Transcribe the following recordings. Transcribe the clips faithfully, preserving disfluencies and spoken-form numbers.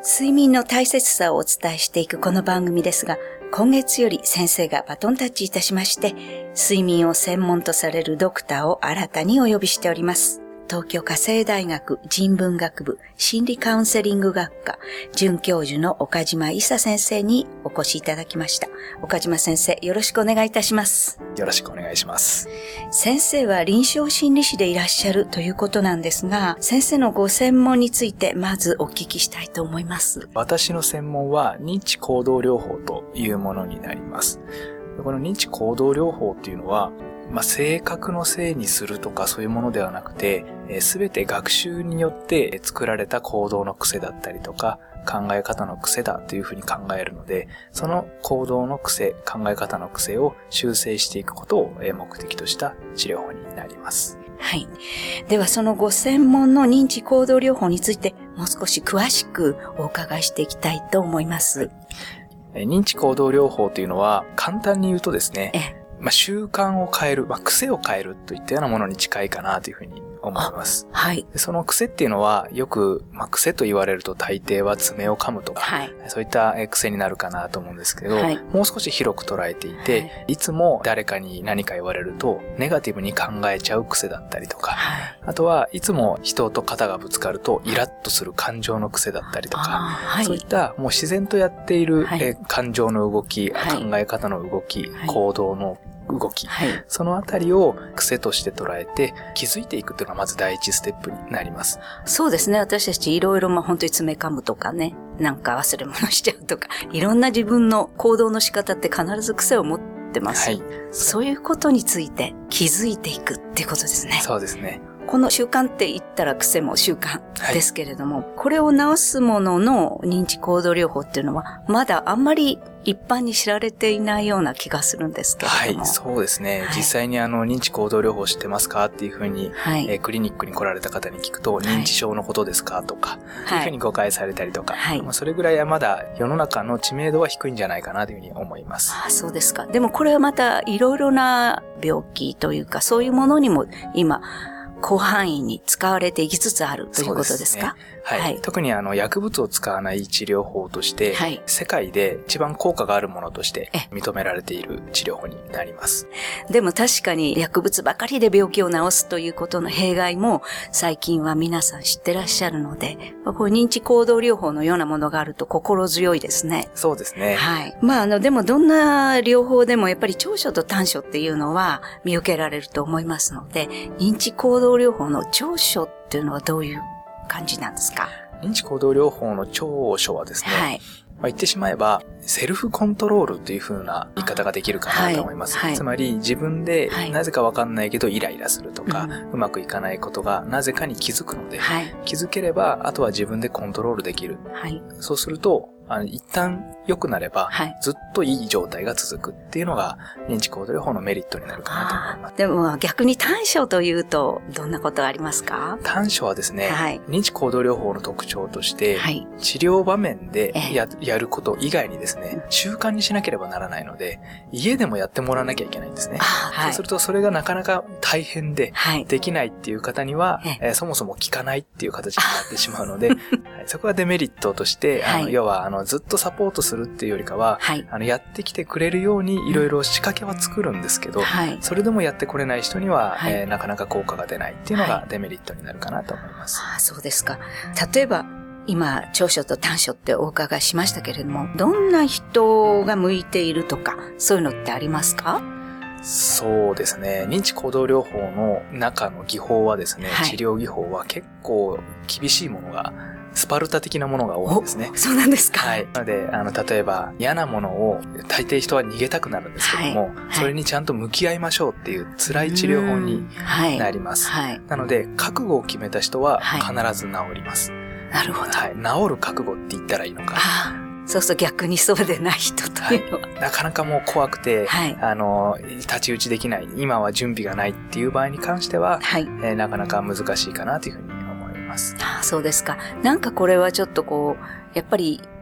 睡眠の大切さをお伝えしていくこの番組ですが、今月より先生がバトンタッチいたしまして、睡眠を専門とされるドクターを新たにお呼びしております。東京家政大学人文学部心理カウンセリング学科准教授の岡島伊佐先生にお越しいただきました。岡島先生、よろしくお願いいたします。 よろしくお願いします。 先生は臨床心理士でいらっしゃるということなんですが、先生のご専門についてまずお聞きしたいと思います。 私の専門は認知行動療法というものになります。この認知行動療法っていうのは、まあ、性格のせいにするとかそういうものではなくて、すべて学習によって作られた行動の癖だったりとか考え方の癖だというふうに考えるので、その行動の癖、考え方の癖を修正していくことを目的とした治療法になります。 はい。ではそのご専門の認知行動療法についてもう少し詳しくお伺いしていきたいと思います。 はい、認知行動療法というのは簡単に言うとですね、えまあ、習慣を変える、まあ、癖を変えるといったようなものに近いかなというふうに思います。 はい。 その癖っていうのはよく、まあ、癖と言われると大抵は爪を噛むとか、はい、そういった癖になるかなと思うんですけど、はい、もう少し広く捉えていて、はい、いつも誰かに何か言われるとネガティブに考えちゃう癖だったりとか、はい、あとはいつも人と肩がぶつかるとイラッとする感情の癖だったりとか、はい、そういったもう自然とやっている、はい、え感情の動き、はい、考え方の動き、はい、行動の動き、はい、そのあたりを癖として捉えて気づいていくというのがまず第一ステップになります。 そうですね。私たちいろいろまあ本当に詰め噛むとかね、なんか忘れ物しちゃうとか、いろんな自分の行動の仕方って必ず癖を持ってます。はい、そういうことについて気づいていくっていうことですね。 そうですね。 この習慣って言ったら癖も習慣ですけれども、はい、これを直すものの認知行動療法っていうのはまだあんまり一般に知られていないような気がするんですけれども。 はい、そうですね。はい、実際にあの認知行動療法知ってますかっていうふうに、はい、えー、クリニックに来られた方に聞くと、はい、認知症のことですかとか、はい、いうふうに誤解されたりとか、はい、まあ、それぐらいはまだ世の中の知名度は低いんじゃないかなというふうに思います。 ああ、そうですか。でもこれはまたいろいろな病気というかそういうものにも今広範囲に使われていきつつあるということですか？ はい、はい。特にあの薬物を使わない治療法として、はい、世界で一番効果があるものとして認められている治療法になります。 でも確かに薬物ばかりで病気を治すということの弊害も最近は皆さん知ってらっしゃるので、こう認知行動療法のようなものがあると心強いですね。 そうですね。 はい。まああのでもどんな療法でもやっぱり長所と短所っていうのは見受けられると思いますので、認知行動療法の長所っていうのはどういう感じなんですか？ 認知行動療法の長所はですね、はい、まあ、言ってしまえばセルフコントロールという風な言い方ができるかなと思います。はいはい、つまり自分でなぜかわかんないけどイライラするとか、はい、うまくいかないことがなぜかに気づくので、はい、気づければあとは自分でコントロールできる。はい、そうするとあの一旦良くなれば、はい、ずっといい状態が続くっていうのが認知行動療法のメリットになるかなと思います。 でも逆に短所というとどんなことがありますか？ 短所はですね、はい、認知行動療法の特徴として、はい、治療場面で や, やること以外にですね、習慣にしなければならないので家でもやってもらわなきゃいけないんですね。はい、そうするとそれがなかなか大変で、はい、できないっていう方には、えー、そもそも効かないっていう形になってしまうので、はい、そこはデメリットとして、はい、あの要はあのずっとサポートするっていうよりかは、はい、あのやってきてくれるようにいろいろ仕掛けは作るんですけど、はい、それでもやってこれない人には、はい、えー、なかなか効果が出ないっていうのがデメリットになるかなと思います。 はい、あ、そうですか。例えば今長所と短所ってお伺いしましたけれども、どんな人が向いているとかそういうのってありますか？ そうですね。認知行動療法の中の技法はですね、はい、治療技法は結構厳しいものがスパルタ的なものが多いんですね。 そうなんですか。 はい。なので、あの、例えば嫌なものを大抵人は逃げたくなるんですけども、はいはい、それにちゃんと向き合いましょうっていう辛い治療法になります。はいはい、なので、覚悟を決めた人は必ず治ります。はい、 なるほど。 はい。治る覚悟って言ったらいいのか。 そうそう、逆にそうでない人というのは、 はい、なかなかもう怖くて、はい、あの、太刀打ちできない、今は準備がないっていう場合に関しては、はい、えー、なかなか難しいかなというふうに思います。 ああ、そうですか。なんかこれはちょっとこう、やっぱり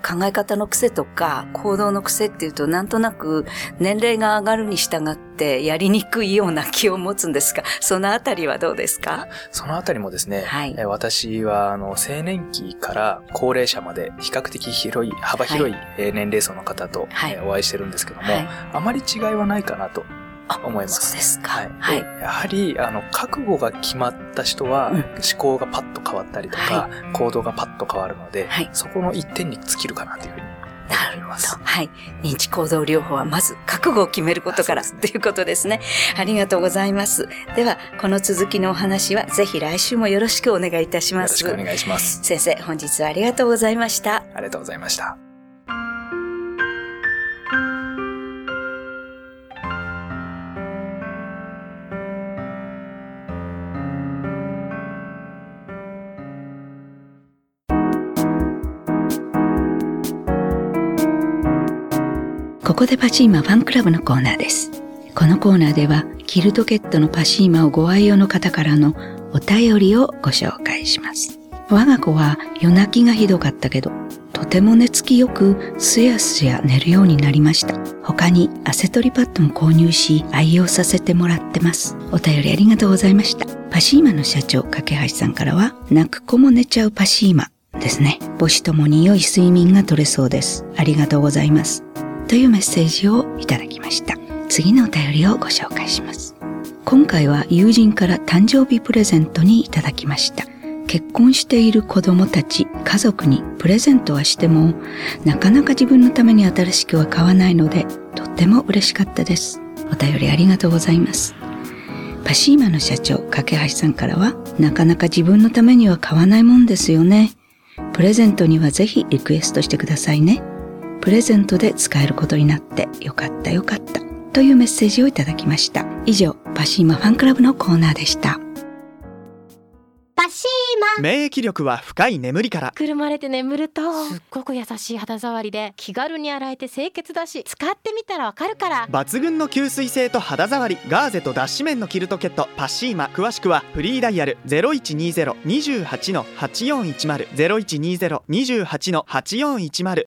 考え方の癖とか行動の癖っていうとなんとなく年齢が上がるに従ってやりにくいような気を持つんですが、そのあたりはどうですか？ そのあたりもですね、はい、私はあの青年期から高齢者まで比較的広い幅広い年齢層の方とお会いしてるんですけども、はい、あまり違いはないかなと思います。 そうですか。 はい。はい、やはり、あの、覚悟が決まった人は、思考がパッと変わったりとか、うん、行動がパッと変わるので、はい、そこの一点に尽きるかなというふうに思います。 はい。認知行動療法はまず覚悟を決めることからということですね。ありがとうございます。では、この続きのお話はぜひ来週もよろしくお願いいたします。 よろしくお願いします。 先生、本日はありがとうございました。 ありがとうございました。 ここでパシーマファンクラブのコーナーです。このコーナーではキルトケットのパシーマをご愛用の方からのお便りをご紹介します。我が子は夜泣きがひどかったけど、とても寝つきよくすやすや寝るようになりました。他にアセトリパッドも購入し愛用させてもらってます。お便りありがとうございました。パシーマの社長架橋さんからは、泣く子も寝ちゃうパシーマですね。母子ともに良い睡眠が取れそうです。ありがとうございます。というメッセージをいただきました。次のお便りをご紹介します。今回は友人から誕生日プレゼントにいただきました。結婚している子供たち、家族にプレゼントはしても、なかなか自分のために新しくは買わないので、とっても嬉しかったです。お便りありがとうございます。パシーマの社長、架橋さんからは、なかなか自分のためには買わないもんですよね。プレゼントにはぜひリクエストしてくださいね。プレゼントで使えることになってよかったよかったというメッセージをいただきました。以上、パシーマファンクラブのコーナーでした。 パシーマ。 免疫力は深い眠りから。 くるまれて眠るとすっごく優しい肌触りで気軽に洗えて清潔だし、使ってみたらわかるから。 抜群の吸水性と肌触り、ガーゼと脱脂綿のキルトケットパシーマ。詳しくはフリーダイヤル ゼロいちにゼロ にじゅうはちのはちよんいちゼロ ゼロいちにゼロ にじゅうはちのはちよんいちゼロ